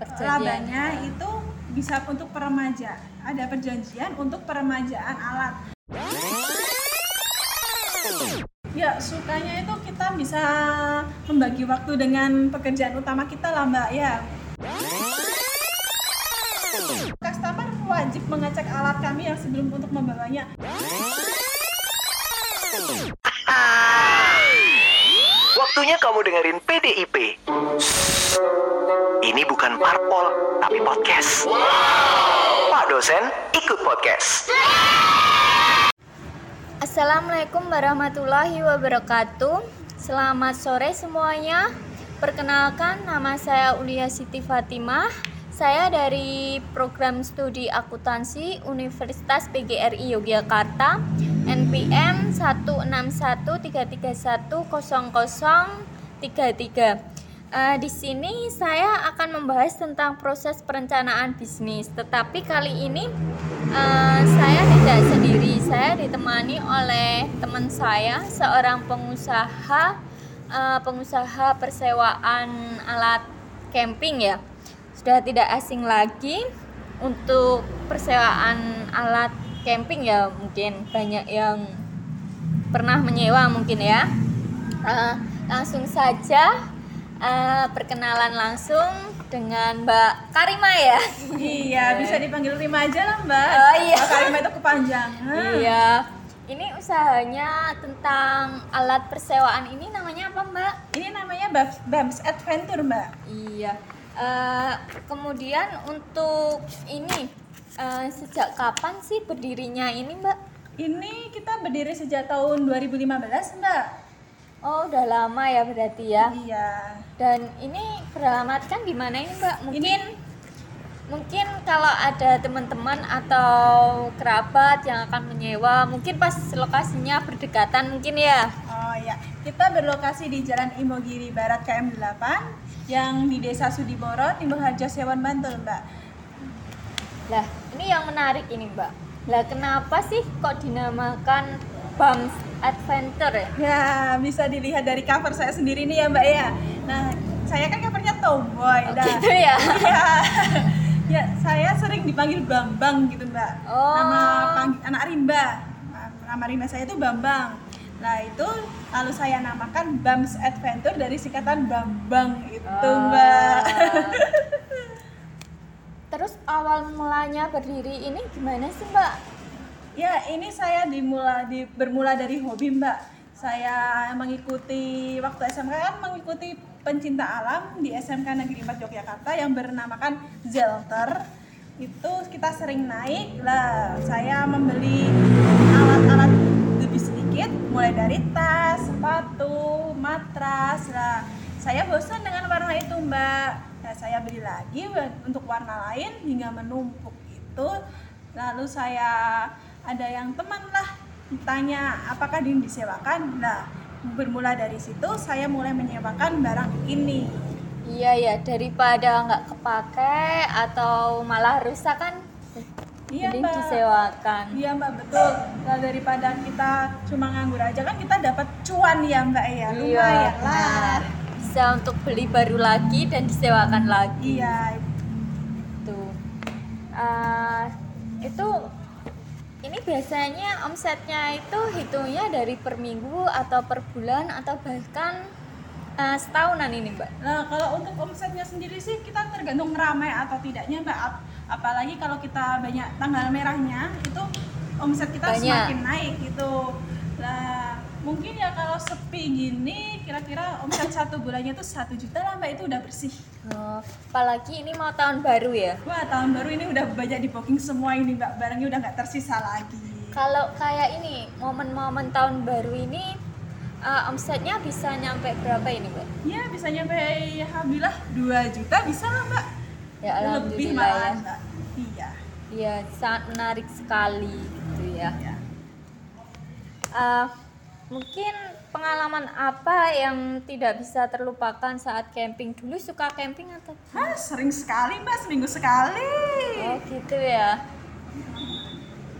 labanya itu bisa untuk peremaja. Ada perjanjian untuk peremajaan alat. Ya, sukanya itu kita bisa membagi waktu dengan pekerjaan utama kita lah Mbak ya. Customer wajib mengecek alat kami yang sebelum untuk membawanya. Waktunya kamu dengerin PDIP. Ini bukan parpol, tapi podcast. Pak dosen, ikut podcast. Assalamualaikum warahmatullahi wabarakatuh. Selamat sore semuanya. Perkenalkan, nama saya Ulia Siti Fatimah. Saya dari program studi akuntansi Universitas PGRI Yogyakarta, NPM 16133100033. Di sini saya akan membahas tentang proses perencanaan bisnis. Tetapi kali ini saya tidak sendiri. Saya ditemani oleh teman saya, seorang pengusaha persewaan alat camping ya. Sudah tidak asing lagi untuk persewaan alat camping ya, mungkin banyak yang pernah menyewa mungkin ya. Langsung saja perkenalan langsung dengan Mbak Karima ya. Iya, bisa dipanggil Rima aja lah Mbak. Oh iya. Mbak Karima itu kepanjangan. Iya. Ini usahanya tentang alat persewaan ini namanya apa Mbak? Ini namanya Bams Adventure Mbak. Iya. Kemudian untuk ini sejak kapan sih berdirinya ini Mbak? Ini kita berdiri sejak tahun 2015 Mbak. Oh, udah lama ya berarti ya. Iya. Dan ini beralamatkan di mana ini Mbak? Mungkin kalau ada teman-teman atau kerabat yang akan menyewa, mungkin pas lokasinya berdekatan mungkin ya. Oh iya, kita berlokasi di Jalan Imogiri Barat KM 8 yang di Desa Sudiboro, Timur Harjo, Sewon, Bantul, Mbak. Lah, ini yang menarik ini, Mbak. Lah, kenapa sih kok dinamakan Bams Adventure ya? Ya, bisa dilihat dari cover saya sendiri nih ya, Mbak ya. Nah, saya kan covernya tomboy. Oh, gitu ya? Iya. Ya, saya sering dipanggil Bambang gitu, Mbak. Oh. Nama anak rimba. Nama rimba saya itu Bambang. Nah, itu lalu saya namakan Bams Adventure dari singkatan Bambang itu, Mbak. Terus awal mulanya berdiri ini gimana sih, Mbak? Ya, ini saya bermula dari hobi, Mbak. Saya mengikuti waktu SMK kan mengikuti pencinta alam di SMK Negeri 4 Yogyakarta yang bernamakan Zelter. Itu kita sering naik lah. Saya membeli alat-alat lebih sedikit, mulai dari tas, sepatu, matras. Lah, saya bosan dengan warna itu, Mbak. Nah, saya beli lagi untuk warna lain hingga menumpuk itu. Lalu saya ada yang teman lah tanya apakah ini disewakan. Nah, bermula dari situ saya mulai menyewakan barang ini. Iya ya, daripada nggak kepake atau malah rusak kan, Iya mending Mbak, disewakan. Iya Mbak, betul. Nah, daripada kita cuma nganggur aja kan kita dapat cuan ya Mbak ya, lumayan lah. Bisa untuk beli baru lagi dan disewakan lagi. Iya. Itu ini biasanya omsetnya itu hitungnya dari per minggu atau per bulan atau bahkan setahunan ini Mbak. Nah, kalau untuk omsetnya sendiri sih kita tergantung ramai atau tidaknya Mbak. Apalagi kalau kita banyak tanggal merahnya itu omset kita banyak. Semakin naik gitu. Nah, mungkin ya kalau sepi gini kira-kira omset 1 bulannya tuh 1 juta lah Mbak, itu udah bersih. Apalagi ini mau tahun baru ya. Wah, tahun baru ini udah banyak di booking semua ini Mbak, barangnya udah nggak tersisa lagi. Kalau kayak ini momen-momen tahun baru ini omsetnya bisa nyampe berapa ini Mbak? Ya bisa nyampe ya alhamdulillah 2 juta bisa lah Mbak. Ya alhamdulillah lebih malah ya. Mbak. Iya. Iya, sangat menarik sekali gitu ya. Iya. Mungkin pengalaman apa yang tidak bisa terlupakan saat camping? Dulu suka camping atau? Sering sekali Mbak, seminggu sekali. Oh gitu ya.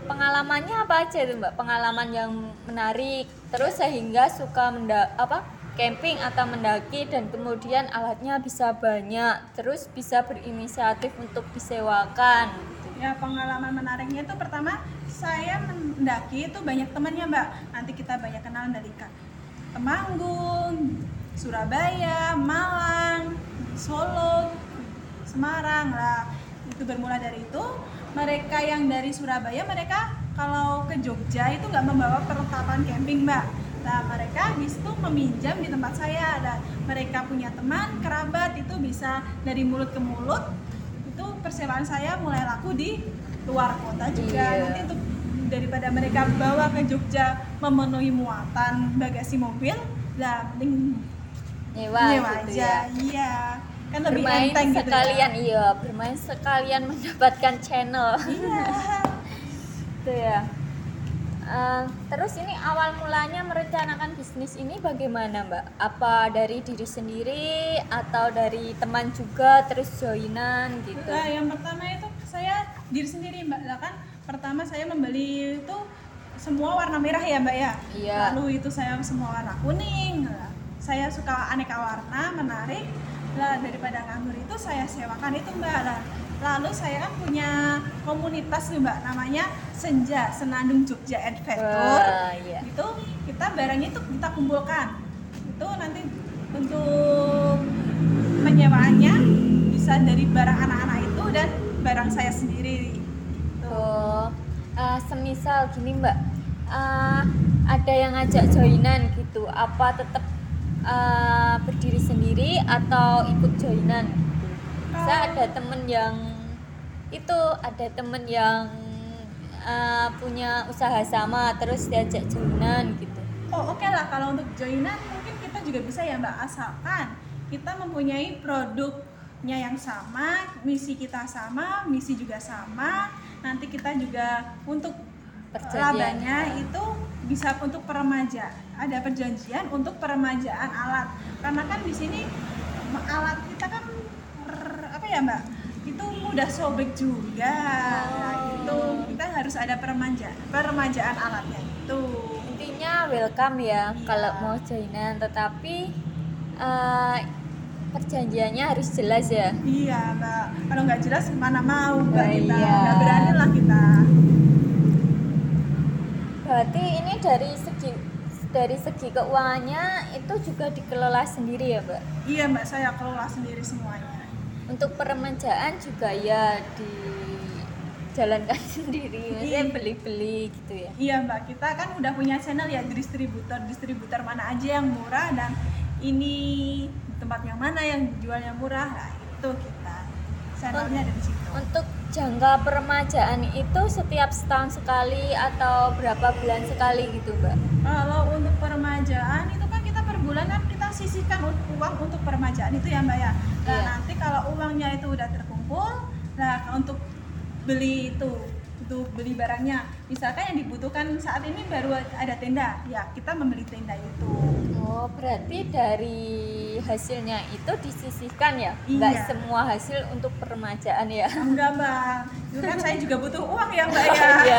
Pengalamannya apa aja tuh Mbak? Pengalaman yang menarik terus sehingga suka camping atau mendaki dan kemudian alatnya bisa banyak, terus bisa berinisiatif untuk disewakan. Ya, pengalaman menariknya itu pertama saya mendaki itu banyak temannya Mbak. Nanti kita banyak kenalan dari Temanggung, Surabaya, Malang, Solo, Semarang lah. Itu bermula dari itu. Mereka yang dari Surabaya, mereka kalau ke Jogja itu nggak membawa perlengkapan camping Mbak. Nah, mereka habis itu meminjam di tempat saya, dan mereka punya teman, kerabat, itu bisa dari mulut ke mulut. Itu persewaan saya mulai laku di luar kota juga. Nanti untuk daripada mereka bawa ke Jogja memenuhi muatan bagasi mobil, lah mending nyewa gitu aja. ya. Iya, kan lebih Bermain enteng gitu sekalian, ya. iya, bermain sekalian mendapatkan channel. Iya. Gitu ya. Terus ini awal mulanya merencanakan bisnis ini bagaimana Mbak? Apa dari diri sendiri atau dari teman juga terus joinan gitu? Nah, yang pertama itu saya diri sendiri Mbak. Lah kan pertama saya membeli itu semua warna merah ya Mbak ya. Iya. Lalu itu saya semua warna kuning. Nah, saya suka aneka warna, menarik. Lah daripada nganggur itu saya sewakan itu Mbak. Lah, lalu saya kan punya komunitas nih Mbak, namanya Senja Senandung Jogja Adventure. Iya. Itu kita barangnya itu kita kumpulkan. Itu nanti untuk penyewaannya bisa dari barang anak-anak itu dan barang saya sendiri. Oh, semisal gini Mbak, ada yang ngajak joinan gitu, apa tetap berdiri sendiri atau ikut joinan gitu? Saya ada temen yang punya usaha sama terus diajak joinan gitu. Oh oke lah, kalau untuk joinan mungkin kita juga bisa ya Mbak, asalkan kita mempunyai produknya yang sama, misi kita sama, misi juga sama. Nanti kita juga untuk labanya itu bisa untuk peremajaan, ada perjanjian untuk peremajaan alat, karena kan di sini alat kita kan apa ya Mbak, itu mudah sobek juga. Nah, itu kita harus ada peremajaan alatnya itu. Intinya welcome ya Iya. kalau mau joinan, tetapi perjanjiannya harus jelas ya. Iya Mbak, kalau nggak jelas mana mau Mbak, kita Iya. nggak berani lah kita. Berarti ini dari segi keuangannya itu juga dikelola sendiri ya Mbak? Iya Mbak, saya kelola sendiri semuanya. Untuk peremajaan juga ya dijalankan sendiri, maksudnya Iya. beli-beli gitu ya. Iya Mbak, kita kan udah punya channel ya, distributor mana aja yang murah dan ini tempat yang mana yang jualnya murah. Nah itu kita channelnya ada di situ. Untuk jangka peremajaan itu setiap setahun sekali atau berapa bulan sekali gitu Mbak? Kalau untuk peremajaan itu kan kita per bulan kan kita sisihkan uang untuk peremajaan itu ya Mbak ya. Nah Iya. nanti kalau uangnya itu udah terkumpul, nah untuk beli itu, untuk beli barangnya, misalkan yang dibutuhkan saat ini baru ada tenda, ya kita membeli tenda itu. Oh, berarti dari hasilnya itu disisihkan ya? Iya. Nggak semua hasil untuk peremajaan ya? Enggak Mbak, itu kan saya juga butuh uang ya Mbak ya. Iya.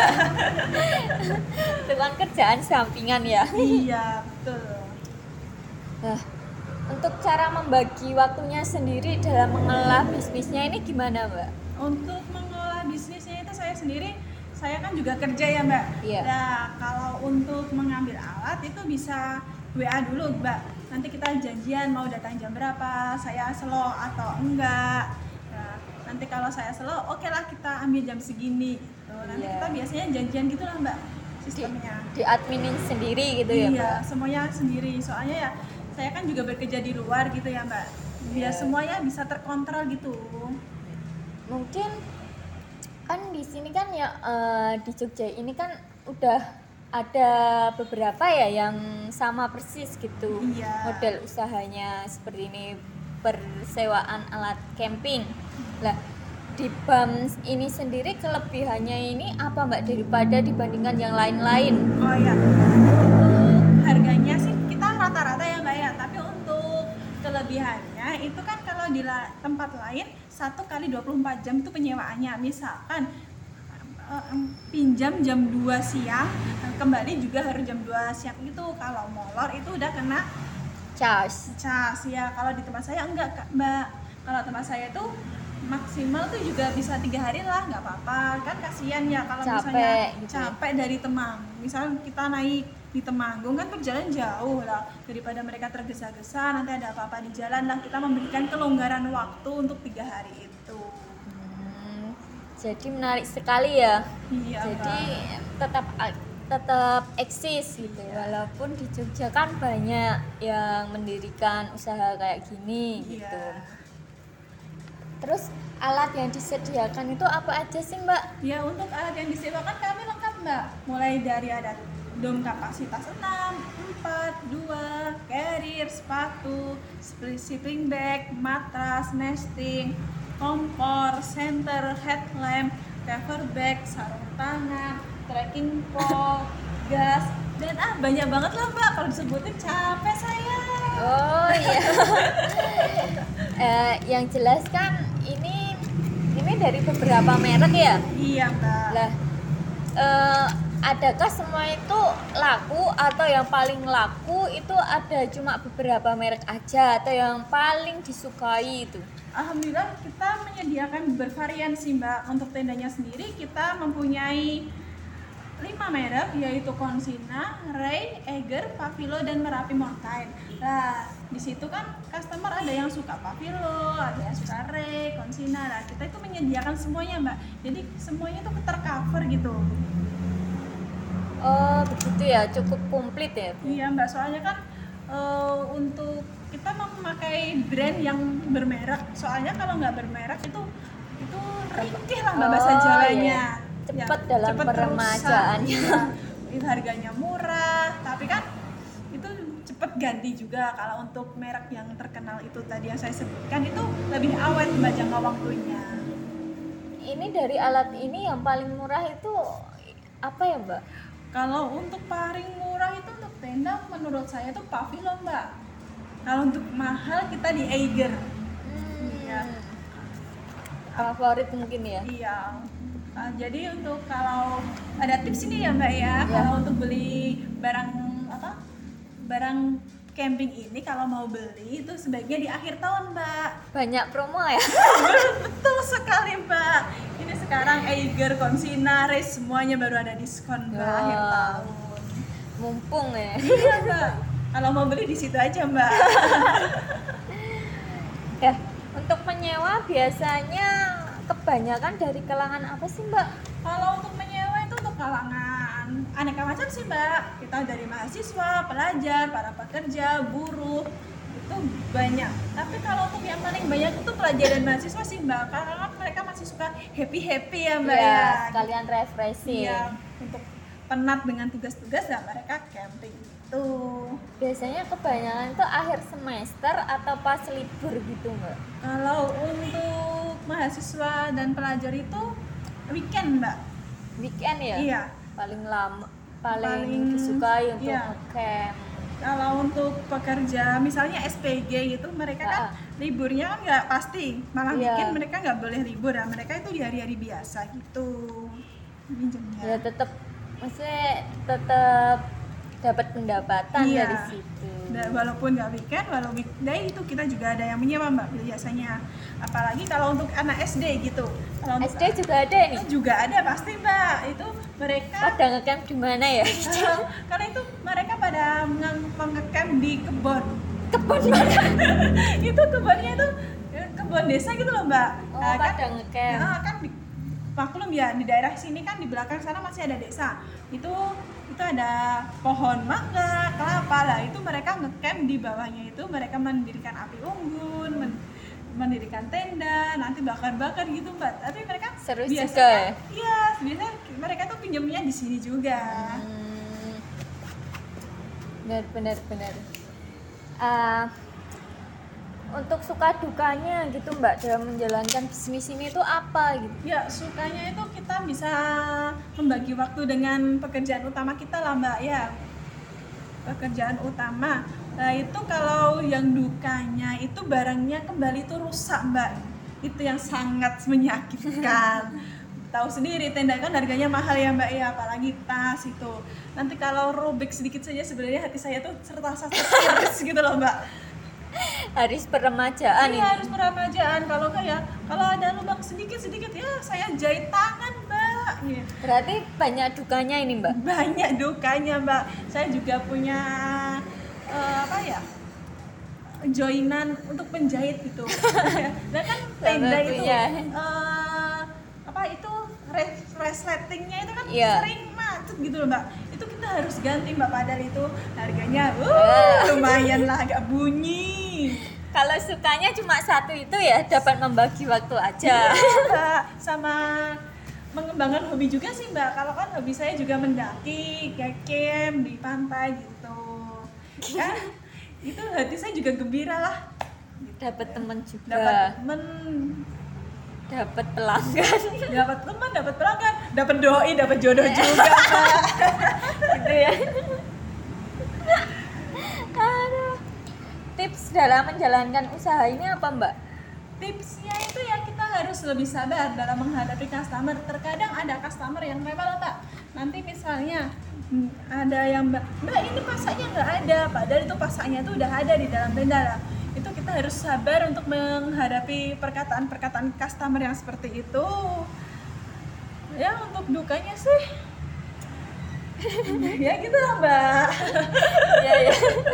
Itu kan kerjaan sampingan ya? Iya betul. Nah, untuk cara membagi waktunya sendiri dalam mengelola bisnisnya ini gimana Mbak? Untuk mengelola bisnisnya itu saya sendiri, saya kan juga kerja ya Mbak. Iya. Nah kalau untuk mengambil alat itu bisa WA dulu Mbak. Nanti kita janjian mau datang jam berapa, saya slow atau enggak. Nah, nanti kalau saya slow, oke lah kita ambil jam segini. Gitu. Nanti Iya. kita biasanya janjian gitu lah Mbak sistemnya. Di adminin sendiri gitu ya Iya, Mbak? semuanya sendiri. Soalnya ya saya kan juga bekerja di luar gitu ya Mbak. Biar Iya. semuanya bisa terkontrol gitu. Mungkin kan di sini kan ya di Jogja ini kan udah ada beberapa ya yang sama persis gitu Iya. model usahanya seperti ini, persewaan alat camping. Lah di BAM ini sendiri kelebihannya ini apa Mbak daripada dibandingkan yang lain-lain? Oh ya, untuk harganya sih kita rata-rata ya Mbak ya, tapi untuk kelebihannya itu kan kalau di tempat lain 1 kali 24 jam itu penyewaannya. Misalkan pinjam jam 2 siang, kembali juga harus jam 2 siang itu. Kalau molor itu udah kena Cas. Ya. Kalau di tempat saya enggak Mbak. Kalau tempat saya tuh maksimal tuh juga bisa 3 hari lah, nggak apa-apa. Kan kasihan ya kalau misalnya Gitu capek dari Temanggung. Misalnya kita naik di Temanggung kan perjalanan jauh lah, daripada mereka tergesa-gesa nanti ada apa-apa di jalan lah, kita memberikan kelonggaran waktu untuk 3 hari itu. Jadi menarik sekali ya. Iya, jadi Mbak. tetap eksis gitu, walaupun di Jogja kan banyak yang mendirikan usaha kayak gini gitu. Terus alat yang disediakan itu apa aja sih Mbak? Ya, untuk alat yang disediakan kami lengkap Mbak. Mulai dari ada dom kapasitas 6, 4, 2, carrier, sepatu, sleeping bag, matras, nesting, kompor, center, headlamp, cover bag, sarung tangan, trekking pole, gas, dan banyak banget lah Mbak. Kalau disebutin capek saya. Oh iya. Yang jelas kan ini dari beberapa merek ya. Iya Mbak. Lah, adakah semua itu laku atau yang paling laku itu ada cuma beberapa merek aja atau yang paling disukai itu? Alhamdulillah kita menyediakan bervariasi Mbak. Untuk tendanya sendiri kita mempunyai 5 merek, yaitu Consina, Ray, Eiger, Pavilo, dan Merapi Mountain. Nah, di situ kan customer ada yang suka Pavilo, ada yang suka Ray, Consina. Nah, kita itu menyediakan semuanya Mbak. Jadi semuanya itu tercover gitu. Oh begitu ya, cukup komplit ya? Iya Mbak, soalnya kan untuk kita memakai brand yang bermerek. Soalnya kalau nggak bermerek itu ringkih lah Mbak bahasa Jawanya. Iya. Cepat dalam peremajaannya. Itu harganya murah, tapi kan itu cepet ganti juga. Kalau untuk merek yang terkenal itu tadi yang saya sebutkan itu lebih awet Mbak jangka waktunya. Ini dari alat ini yang paling murah itu apa ya Mbak? Kalau untuk paling murah itu untuk tenda menurut saya itu Pavilo Mbak. Kalau untuk mahal kita di Eiger. Iya. Favorit mungkin ya? Iya. Jadi untuk kalau ada tips ini ya Mbak ya, kalau untuk beli barang camping ini kalau mau beli itu sebaiknya di akhir tahun Mbak. Banyak promo ya? Betul sekali Mbak. Ini sekarang Eiger, Consina, Ray semuanya baru ada diskon Mbak akhir tahun. Mumpung ya. Iya Mbak. Kalau mau beli di situ aja Mbak. Ya, untuk menyewa biasanya kebanyakan dari kalangan apa sih Mbak? Kalau untuk menyewa itu untuk kalangan aneka macam sih Mbak. Kita dari mahasiswa, pelajar, para pekerja, buruh, itu banyak. Tapi kalau untuk yang paling banyak itu pelajar dan mahasiswa sih Mbak. Karena mereka masih suka happy ya Mbak ya. Sekalian refreshing. Iya, untuk penat dengan tugas-tugas dan mereka camping itu. Biasanya kebanyakan itu akhir semester atau pas libur gitu Mbak? Kalau untuk mahasiswa dan pelajar itu weekend Mbak. Weekend ya? Iya. Paling disukai untuk camp. Kalau untuk pekerja misalnya SPG gitu mereka kan liburnya kan nggak pasti, malah weekend mereka nggak boleh libur ya, mereka itu di hari-hari biasa gitu minjemnya. Ya tetap dapat pendapatan dari situ. Walaupun nggak weekend, walau weekday itu kita juga ada yang menyewa Mbak biasanya. Apalagi kalau untuk anak SD gitu. Kalau SD juga ada ini? Juga ada pasti Mbak. Itu mereka pada ngecamp di mana ya? Karena itu mereka pada ngecamp di kebun. Kebun mana? Itu kebunnya itu kebun desa gitu loh Mbak. Oh, pada ngecamp. Kan maklum ya di daerah sini kan di belakang sana masih ada desa. Itu ada pohon mangga, kelapa lah. Itu mereka ngecamp di bawahnya itu mereka mendirikan api unggun, mendirikan tenda, nanti bakar-bakar gitu Mbak. Tapi mereka seru biasanya, juga ya? Iya, biasanya mereka tuh pinjamnya di sini juga. Benar. Untuk suka dukanya gitu Mbak dalam menjalankan bisnis ini itu apa gitu? Ya sukanya itu kita bisa membagi waktu dengan pekerjaan utama kita lah Mbak ya. Pekerjaan utama. Nah itu kalau yang dukanya itu barangnya kembali itu rusak Mbak. Itu yang sangat menyakitkan. tahu sendiri tenda kan harganya mahal ya Mbak ya, apalagi tas itu. Nanti kalau robek sedikit saja sebenarnya hati saya tuh serasa tersiris gitu loh Mbak. Harus peremajaan ini. Iya, harus peremajaan. Kalau ada lubang sedikit ya saya jahit tangan Mbak. Iya. Berarti banyak dukanya ini Mbak. Banyak dukanya Mbak. Saya juga punya joinan untuk penjahit gitu. Nah kan tenda itu resletingnya itu kan sering macet gitu loh Mbak. Itu kita harus ganti Mbak, padahal itu harganya lumayan lah, agak bunyi. Kalau sukanya cuma satu itu ya, dapat membagi waktu aja. Iya Mbak, sama mengembangkan hobi juga sih Mbak. Kalau kan hobi saya juga mendaki, camp di pantai gitu. Kan itu hati saya juga gembira lah. Dapat teman juga. Dapat teman, dapat pelanggan. dapat teman, dapat pelanggan, dapat doi, dapat jodoh juga Mbak. Gitu ya. Aduh. Tips dalam menjalankan usaha ini apa Mbak? Tipsnya itu ya kita harus lebih sabar dalam menghadapi customer. Terkadang ada customer yang rewel Mbak. Nanti misalnya ada yang Mbak ini pasaknya nggak ada, padahal itu pasaknya itu udah ada di dalam tenda lah. Itu kita harus sabar untuk menghadapi perkataan customer yang seperti itu. Ya untuk dukanya sih ya gitu lah Mbak. Ya.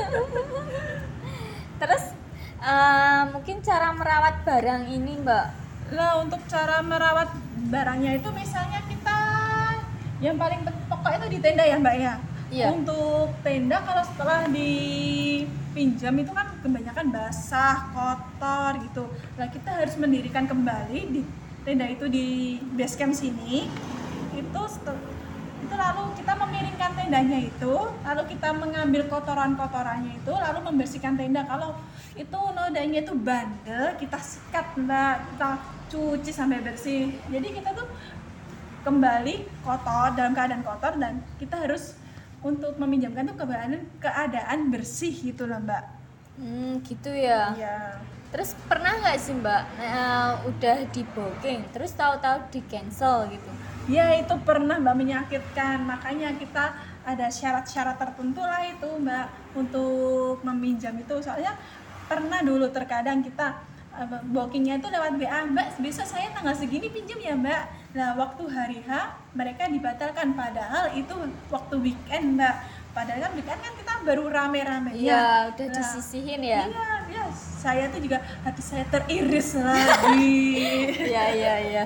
Terus mungkin cara merawat barang ini Mbak. Lah untuk cara merawat barangnya itu misalnya kita yang paling pokok itu di tenda ya Mbak ya. Iya. Untuk tenda kalau setelah dipinjam itu kan kebanyakan basah, kotor gitu. Nah kita harus mendirikan kembali di tenda itu di base camp sini. Itu lalu kita memiringkan tendanya itu, lalu kita mengambil kotoran-kotorannya itu, lalu membersihkan tenda. Kalau itu nodanya itu bandel, kita sikat Mbak, kita cuci sampai bersih. Jadi kita tuh kembali kotor, dalam keadaan kotor, dan kita harus untuk meminjamkan tuh keadaan bersih gitu lah Mbak. Gitu ya. Iya. Terus pernah nggak sih Mbak udah di booking, terus tahu-tahu di cancel gitu? Ya itu pernah Mbak, menyakitkan. Makanya kita ada syarat-syarat tertentu lah itu Mbak untuk meminjam itu. Soalnya pernah dulu terkadang kita bookingnya itu lewat WA, Mbak bisa saya tanggal segini pinjam ya Mbak. Nah waktu hari H mereka dibatalkan, padahal itu waktu weekend Mbak. Padahal kan weekend kan kita baru rame-rame. Iya, udah disisihin ya. Iya, saya tuh juga hati saya teriris lagi. Iya.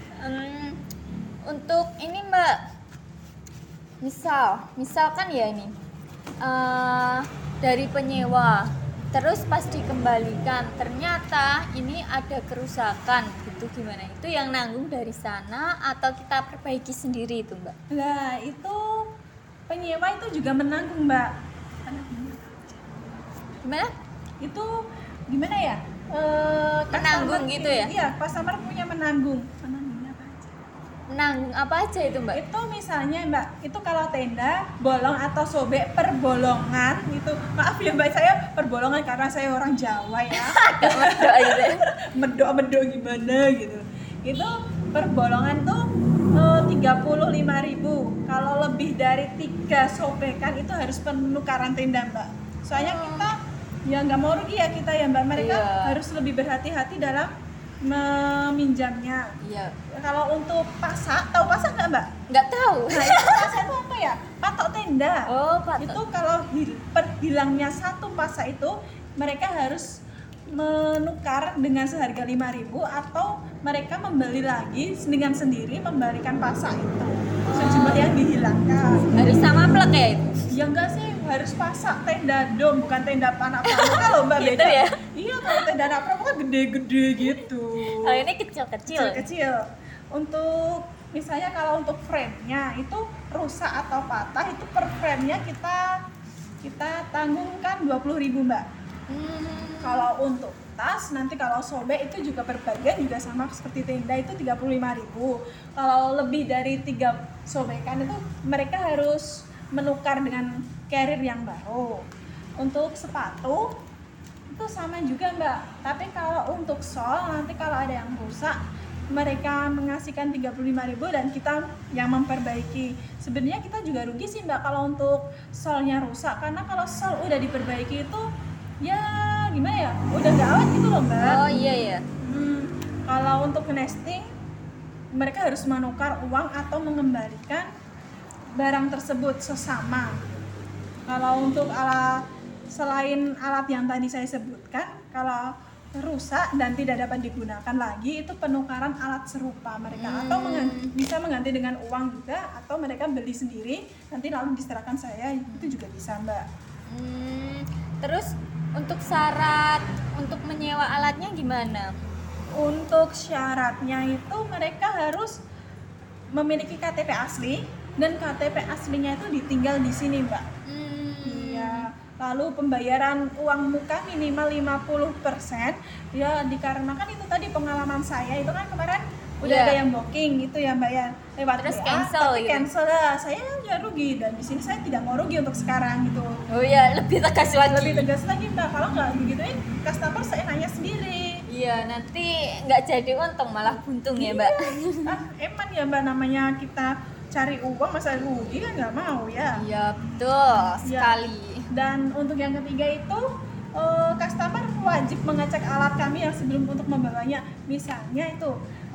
Untuk ini Mbak, misalkan ya ini dari penyewa, terus pas dikembalikan ternyata ini ada kerusakan gitu, gimana? Itu yang nanggung dari sana atau kita perbaiki sendiri itu Mbak? Nah itu penyewa itu juga menanggung Mbak. Gimana? Itu gimana ya? Menanggung gitu ya? Iya, customer punya menanggung. Menanggung apa aja itu Mbak? Itu misalnya Mbak, itu kalau tenda bolong atau sobek per bolongan itu. Maaf ya Mbak, saya per bolongan karena saya orang Jawa ya. Medok gitu ya. Medok gimana gitu. Itu per bolongan tuh 35.000. Kalau lebih dari 3 sobekan itu harus penukaran tenda Mbak. Soalnya kita ya nggak mau rugi ya kita ya Mbak. Mereka harus lebih berhati-hati dalam meminjamnya. Iya. Kalau untuk pasak, tahu pasak nggak Mbak? Nggak tahu. Nah itu pasak itu apa ya? Patok tenda. Oh, patok. Itu kalau per hilangnya satu pasak itu mereka harus menukar dengan seharga 5.000 atau mereka membeli lagi dengan sendiri membalikan pasak itu sejumlah yang dihilangkan. Harus sama plek ya itu? Ya enggak sih, harus pasak tenda dom, bukan tenda panak pramuka loh Mbak. Gitu beda ya? Iya, kalau tenda panak pramuka gede-gede gitu. Kalau ini kecil-kecil. Kecil. Untuk misalnya kalau untuk frame-nya itu rusak atau patah, itu per frame-nya kita tanggungkan 20.000 Mbak. Kalau untuk tas nanti kalau sobek itu juga per bagian juga sama seperti tenda itu 35.000. Kalau lebih dari 3 sobekan itu mereka harus menukar dengan carrier yang baru. Untuk sepatu itu sama juga Mbak. Tapi kalau untuk sol nanti kalau ada yang rusak mereka mengasihkan 35.000 dan kita yang memperbaiki. Sebenarnya kita juga rugi sih Mbak kalau untuk solnya rusak, karena kalau sol udah diperbaiki itu ya gimana ya, udah nggak awet gitu loh Mbak. Oh iya ya. Kalau untuk nesting mereka harus menukar uang atau mengembalikan barang tersebut sesama. Kalau untuk alat, selain alat yang tadi saya sebutkan, kalau rusak dan tidak dapat digunakan lagi, itu penukaran alat serupa mereka atau bisa mengganti dengan uang juga, atau mereka beli sendiri nanti lalu diserahkan saya, itu juga bisa Mbak. Terus untuk syarat untuk menyewa alatnya gimana? Untuk syaratnya itu mereka harus memiliki KTP asli dan KTP aslinya itu ditinggal di sini Mbak. Iya. Lalu pembayaran uang muka minimal 50%. Ya dikarenakan itu tadi pengalaman saya itu kan kemarin udah ada yang booking gitu ya Mbak ya, lewat terus WA, cancel tapi gitu. cancel lah. Saya udah rugi dan di sini saya tidak mau rugi untuk sekarang gitu. Oh iya, lebih tegas lagi. Lebih tegas lagi Mbak, kalau nggak begituin customer saya nanya sendiri. Iya, nanti nggak jadi untung malah buntung ya Mbak. Emang ya Mbak, namanya kita cari uang masa rugi kan nggak mau ya. Iya betul sekali. Dan untuk yang ketiga itu customer wajib mengecek alat kami yang sebelum untuk membawanya. Misalnya itu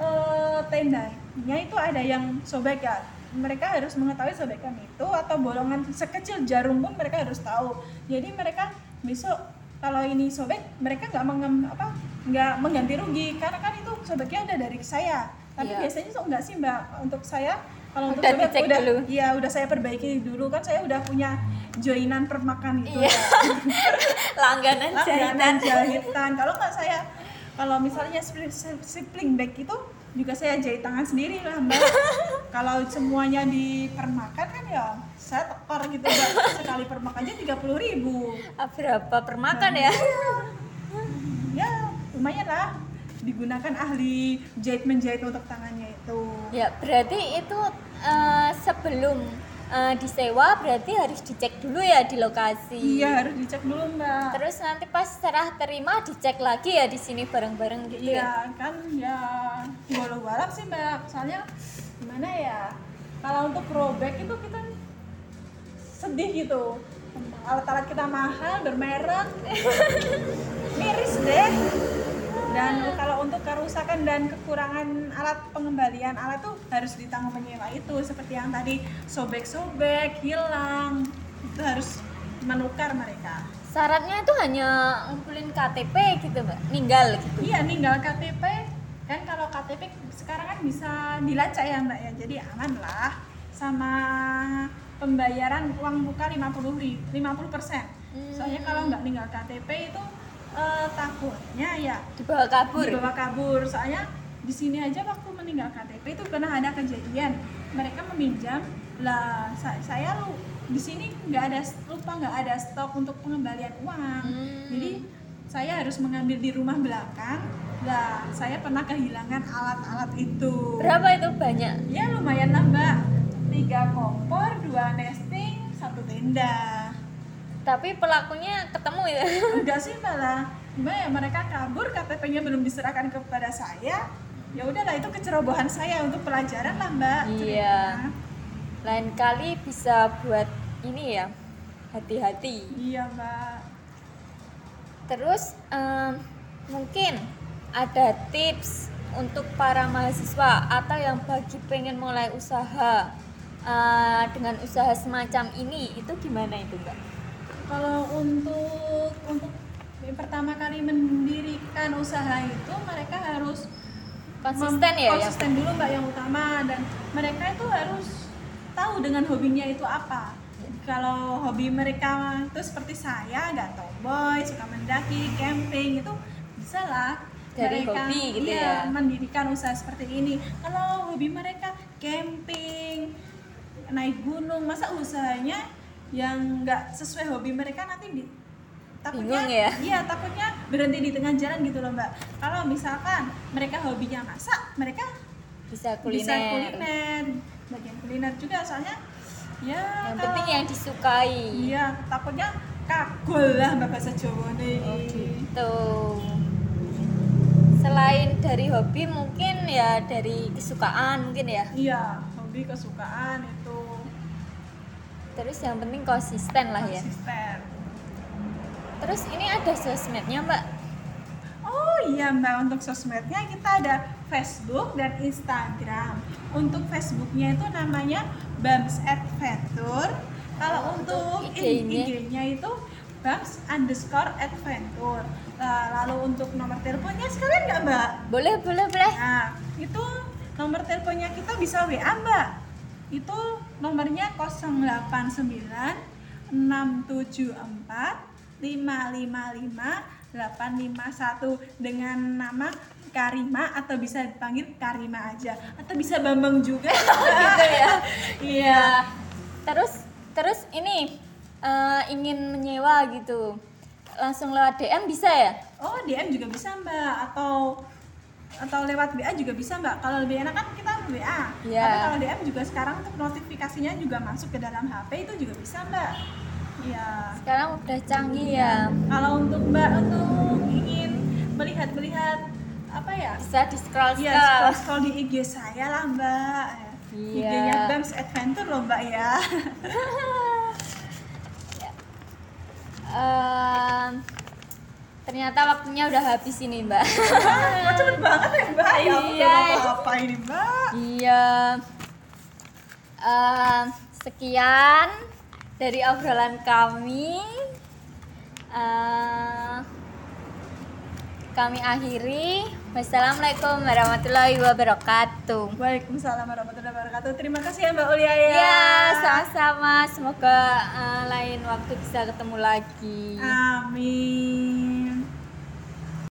tendanya itu ada yang sobek ya, mereka harus mengetahui sobekan itu, atau bolongan sekecil jarum pun mereka harus tahu. Jadi mereka besok kalau ini sobek mereka nggak mengganti rugi, karena kan itu sobeknya udah dari saya. Tapi biasanya enggak sih Mbak, untuk saya kalau untuk sobek udah saya perbaiki dulu, kan saya udah punya joinan permakan gitu. Langganan jahitan. Kalau misalnya sibling bag itu juga saya jahit tangan sendiri lah Mbak. Kalau semuanya dipermakan kan ya saya tekor gitu Mbak. Sekali permak aja 30.000. Berapa permakan ya? Ya lumayan lah, digunakan ahli menjahit untuk tangannya itu. Ya berarti itu sebelum disewa berarti harus dicek dulu ya di lokasi. Iya, harus dicek dulu Mbak. Terus nanti pas serah terima dicek lagi ya di sini bareng-bareng gitu. Iya kan ya walau-walau sih Mbak. Soalnya gimana ya, kalau untuk robek itu kita sedih gitu. Alat-alat kita mahal, bermerek, miris deh. Dan kalau untuk kerusakan dan kekurangan alat, pengembalian alat tuh harus ditanggung penyewa itu, seperti yang tadi sobek-sobek, hilang, itu harus menukar mereka. Syaratnya itu hanya ngumpulin KTP gitu Mbak, ninggal gitu. Iya, ninggal KTP. Kan kalau KTP sekarang kan bisa dilacak ya Mbak ya, jadi aman lah. Sama pembayaran uang muka 50%. Soalnya kalau nggak ninggal KTP itu takutnya ya dibawa kabur. Soalnya di sini aja waktu meninggal KTP itu pernah ada kejadian mereka meminjam lah, saya di sini nggak ada stok untuk pengembalian uang. Jadi saya harus mengambil di rumah belakang. Lah saya pernah kehilangan alat-alat itu. Berapa itu banyak? Ya lumayan lah Mbak, 3 kompor, 2 nesting, 1 tenda. Tapi pelakunya ketemu ya? Enggak sih malah, ya mereka kabur, KTP-nya belum diserahkan kepada saya. Ya udahlah, itu kecerobohan saya untuk pelajaran lah Mbak. Iya. Lain kali bisa buat ini ya, hati-hati. Iya Mbak. Terus mungkin ada tips untuk para mahasiswa atau yang bagi pengen mulai usaha dengan usaha semacam ini, itu gimana itu Mbak? Kalau untuk pertama kali mendirikan usaha itu mereka harus konsisten dulu Mbak, yang utama, dan mereka itu harus tahu dengan hobinya itu apa. Kalau hobi mereka itu seperti saya, nggak tomboy, suka mendaki, camping, itu bisa lah dari mereka hobi gitu ya, mendirikan usaha seperti ini. Kalau hobi mereka camping, naik gunung, masa usahanya yang nggak sesuai hobi mereka nanti takutnya bingung ya? Iya, takutnya berhenti di tengah jalan gitu loh Mbak. Kalau misalkan mereka hobinya masak, mereka bisa kuliner, bagian kuliner juga, soalnya ya yang penting yang disukai. Iya, takutnya kagol lah Mbak bahasa Jawa nih. Oh gitu. Selain dari hobi mungkin ya dari kesukaan mungkin ya. Iya, hobi kesukaan itu Terus yang penting konsisten lah ya. konsisten. Terus ini ada sosmednya Mbak. Oh iya Mbak, untuk sosmednya kita ada Facebook dan Instagram. Untuk Facebooknya itu namanya Bams Adventure. Kalau untuk IG-nya? IG-nya itu Bams_adventure. Lalu untuk nomor teleponnya sekalian nggak Mbak? Boleh. Nah, itu nomor teleponnya kita bisa WA Mbak. Itu nomornya 089 674 555 851 dengan nama Karima atau bisa dipanggil Karima aja atau bisa Bambang juga Gitu ya. iya. Terus ini ingin menyewa gitu. Langsung lewat DM bisa ya? Oh, DM juga bisa Mbak atau lewat WA juga bisa Mbak. Kalau lebih enak kan kita WA. Iya. Tapi kalau DM juga sekarang untuk notifikasinya juga masuk ke dalam HP itu juga bisa Mbak. Iya. Sekarang udah canggih ya. Kalau untuk Mbak untuk ingin melihat apa ya? Bisa di scroll. Iya, scroll di IG saya lah Mbak. Iya. IG-nya Bams Adventure loh Mbak ya. Ternyata waktunya udah habis ini Mbak. Kok cepet banget ya Mbak? Ya ampun, Iya. apa ini Mbak? Iya. Sekian dari obrolan kami. Kami akhiri. Wassalamualaikum warahmatullahi wabarakatuh. Waalaikumsalam warahmatullahi wabarakatuh. Terima kasih ya Mbak Ulia ya. Ya, sama-sama. Semoga lain waktu bisa ketemu lagi. Amin.